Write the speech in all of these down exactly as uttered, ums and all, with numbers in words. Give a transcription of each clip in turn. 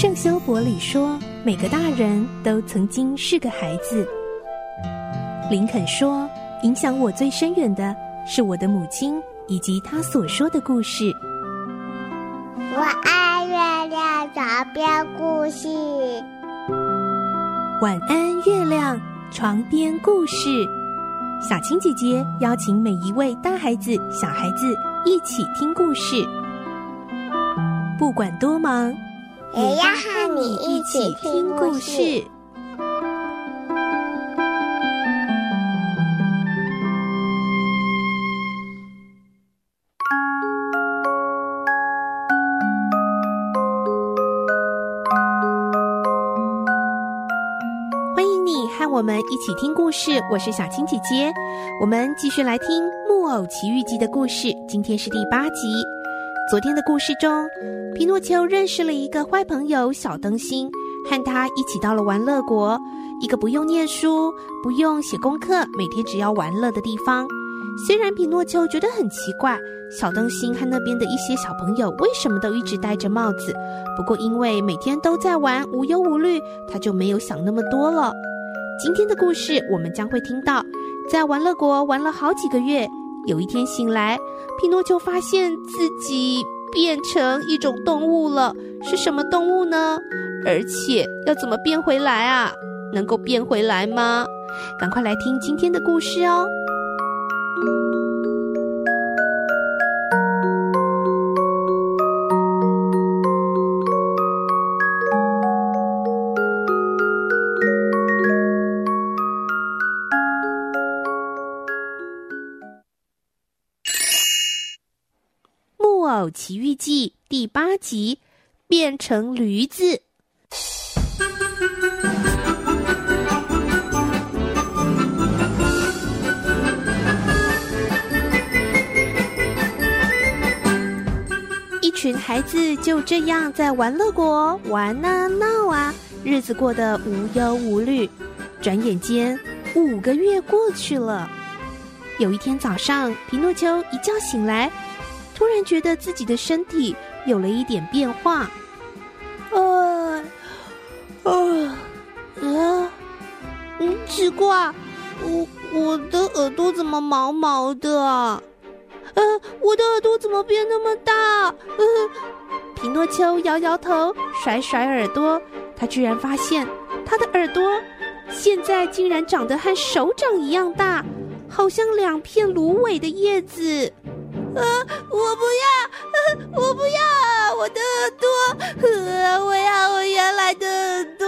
圣修伯里说，每个大人都曾经是个孩子。林肯说，影响我最深远的是我的母亲以及她所说的故事。 我爱月亮床边故事。 晚安，月亮床边故事。小青姐姐邀请每一位大孩子、小孩子一起听故事，不管多忙， 也要和你一起听故事。 我们一起听故事，我是小青姐姐。我们继续来听《木偶奇遇记》的故事，今天是第八集。昨天的故事中，皮诺丘认识了一个坏朋友小灯芯，和他一起到了玩乐国，一个不用念书、不用写功课，每天只要玩乐的地方。虽然皮诺丘觉得很奇怪，小灯芯和那边的一些小朋友为什么都一直戴着帽子，不过因为每天都在玩，无忧无虑，他就没有想那么多了。今天的故事我们将会听到，在玩乐国玩了好几个月，有一天醒来，皮诺丘发现自己变成一种动物了。是什么动物呢？而且要怎么变回来啊？能够变回来吗？赶快来听今天的故事哦。《木偶奇遇记》第八集，变成驴子。一群孩子就这样在玩乐国玩啊闹啊，日子过得无忧无虑。转眼间五个月过去了。有一天早上，皮诺丘一觉醒来，突然觉得自己的身体有了一点变化。哎，啊，啊，嗯，奇怪，我我的耳朵怎么毛毛的啊？呃，我的耳朵怎么变那么大？呃，皮诺丘摇摇头，甩甩耳朵，他居然发现他的耳朵现在竟然长得和手掌一样大，好像两片芦苇的叶子。呃，我不要，呃，我不要我的耳朵，呃，我要我原来的耳朵。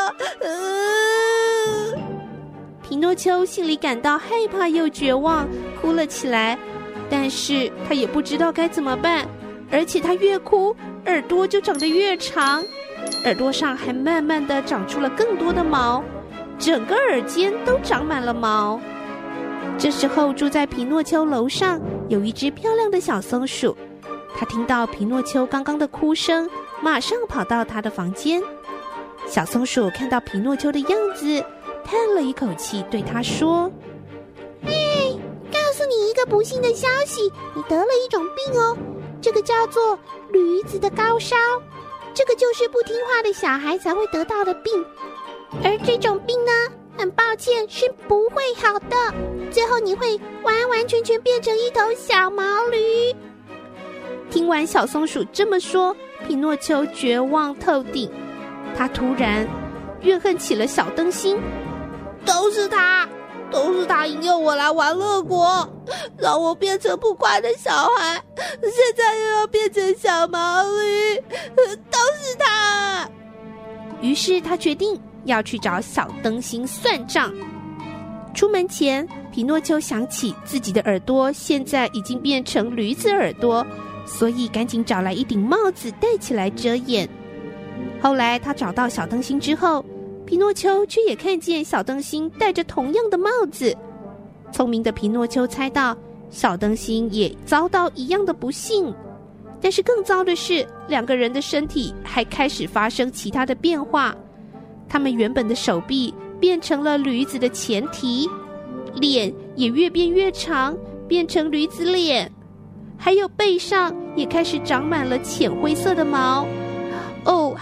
呃，皮诺丘心里感到害怕又绝望，哭了起来。但是他也不知道该怎么办，而且他越哭，耳朵就长得越长，耳朵上还慢慢的长出了更多的毛，整个耳尖都长满了毛。这时候，住在皮诺丘楼上有一只漂亮的小松鼠，他听到皮诺丘刚刚的哭声，马上跑到他的房间。小松鼠看到皮诺丘的样子，叹了一口气，对他说：哎，告诉你一个不幸的消息，你得了一种病哦，这个叫做驴子的高烧，这个就是不听话的小孩才会得到的病，而这种病呢，很抱歉是不会好的，最后你会完完全全变成一头小毛驴。听完小松鼠这么说，皮诺丘绝望透顶，他突然怨恨起了小灯芯，都是他，都是他引诱我来玩乐国，让我变成不乖的小孩，现在又要变成小毛驴，都是他。于是他决定要去找小灯芯算账。出门前，皮诺丘想起自己的耳朵现在已经变成驴子耳朵，所以赶紧找来一顶帽子戴起来遮掩。后来他找到小灯芯之后，皮诺丘却也看见小灯芯戴着同样的帽子。聪明的皮诺丘猜到小灯芯也遭到一样的不幸，但是更糟的是，两个人的身体还开始发生其他的变化。他们原本的手臂变成了驴子的前蹄，脸也越变越长，变成驴子脸，还有背上也开始长满了浅灰色的毛。哦，还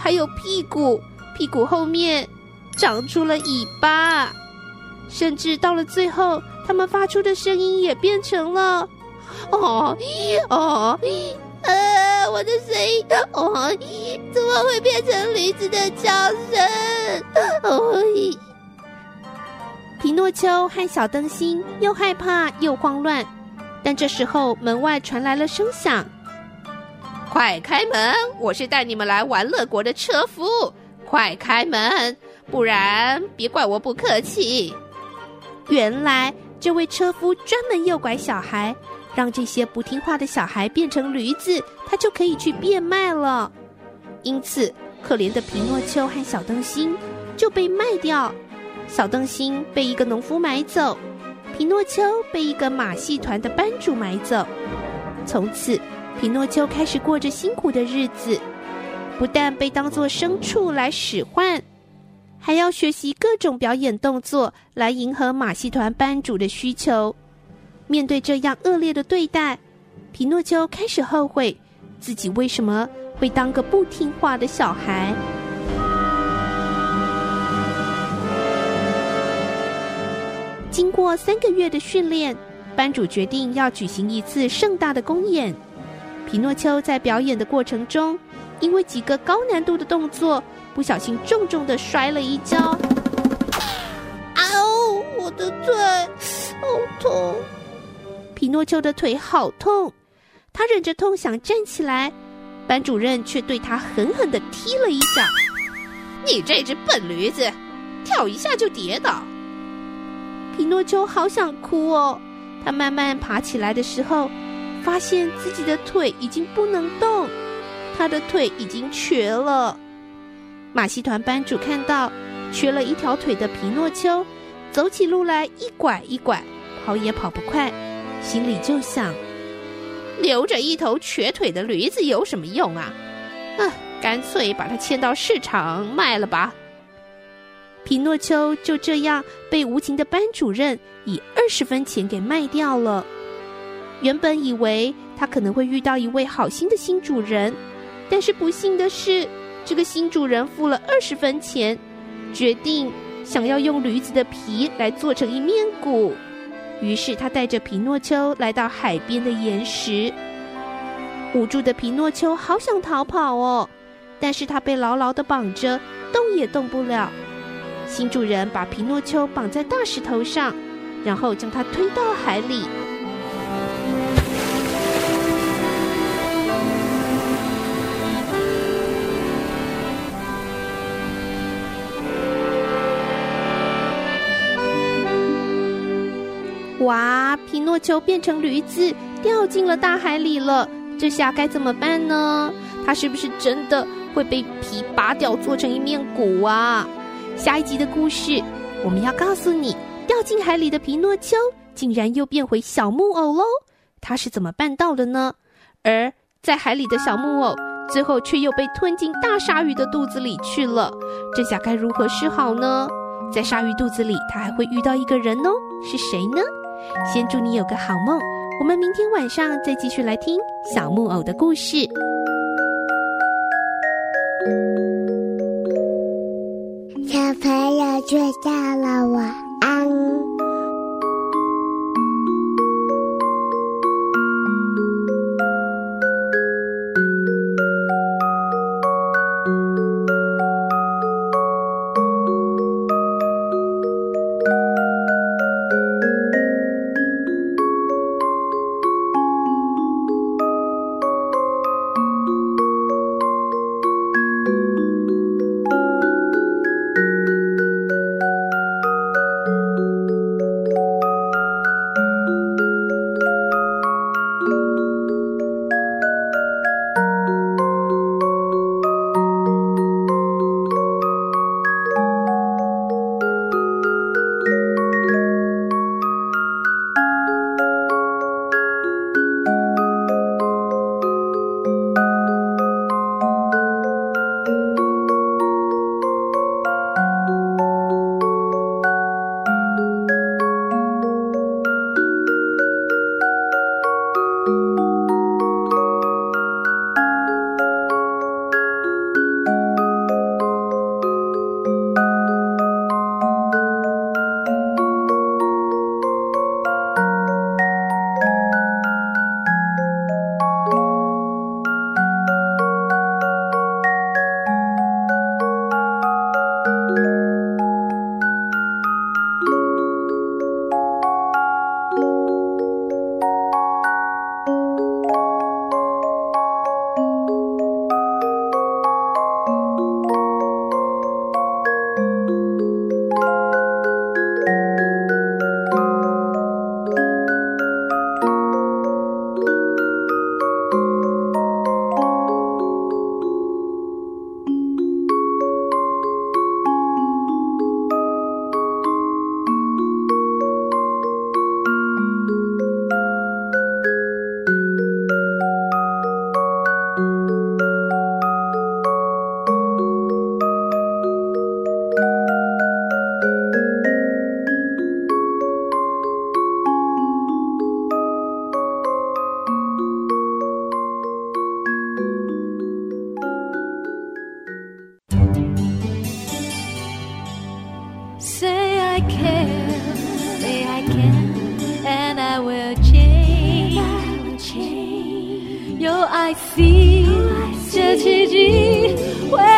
还有屁股，屁股后面长出了尾巴，甚至到了最后，它们发出的声音也变成了哦哦，呃，我的声音哦，怎么会变成驴子的叫声？哦，皮诺丘和小灯芯又害怕又慌乱，但这时候门外传来了声响。快开门，我是带你们来玩乐国的车夫，快开门，不然别怪我不客气。原来这位车夫专门诱拐小孩，让这些不听话的小孩变成驴子，他就可以去变卖了。因此可怜的皮诺丘和小灯芯就被卖掉，小灯芯被一个农夫买走，皮诺丘被一个马戏团的班主买走。从此皮诺丘开始过着辛苦的日子，不但被当作牲畜来使唤，还要学习各种表演动作来迎合马戏团班主的需求。面对这样恶劣的对待，皮诺丘开始后悔自己为什么会当个不听话的小孩。经过三个月的训练，班主决定要举行一次盛大的公演。皮诺丘在表演的过程中，因为几个高难度的动作，不小心重重地摔了一跤。啊哦，我的腿好痛！皮诺丘的腿好痛，他忍着痛想站起来，班主任却对他狠狠地踢了一脚。你这只笨驴子，跳一下就跌倒。皮诺丘好想哭哦，他慢慢爬起来的时候，发现自己的腿已经不能动，他的腿已经瘸了。马戏团班主看到瘸了一条腿的皮诺丘，走起路来一拐一拐，跑也跑不快，心里就想，留着一头瘸腿的驴子有什么用啊？啊，干脆把它牵到市场卖了吧。皮诺丘就这样被无情的班主任以二十分钱给卖掉了。原本以为他可能会遇到一位好心的新主人，但是不幸的是，这个新主人付了二十分钱，决定想要用驴子的皮来做成一面鼓。于是他带着皮诺丘来到海边的岩石。无助的皮诺丘好想逃跑哦，但是他被牢牢地绑着，动也动不了。新主人把皮诺丘绑在大石头上，然后将他推到海里。哇，皮诺丘变成驴子，掉进了大海里了，这下该怎么办呢？他是不是真的会被皮拔掉做成一面鼓啊？下一集的故事我们要告诉你，掉进海里的皮诺丘竟然又变回小木偶喽，他是怎么办到的呢？而在海里的小木偶最后却又被吞进大鲨鱼的肚子里去了，这下该如何是好呢？在鲨鱼肚子里他还会遇到一个人哦，是谁呢？先祝你有个好梦，我们明天晚上再继续来听小木偶的故事。 小朋友睡觉了，晚安。 I can, say I can, and I will change.有爱 see 这奇迹会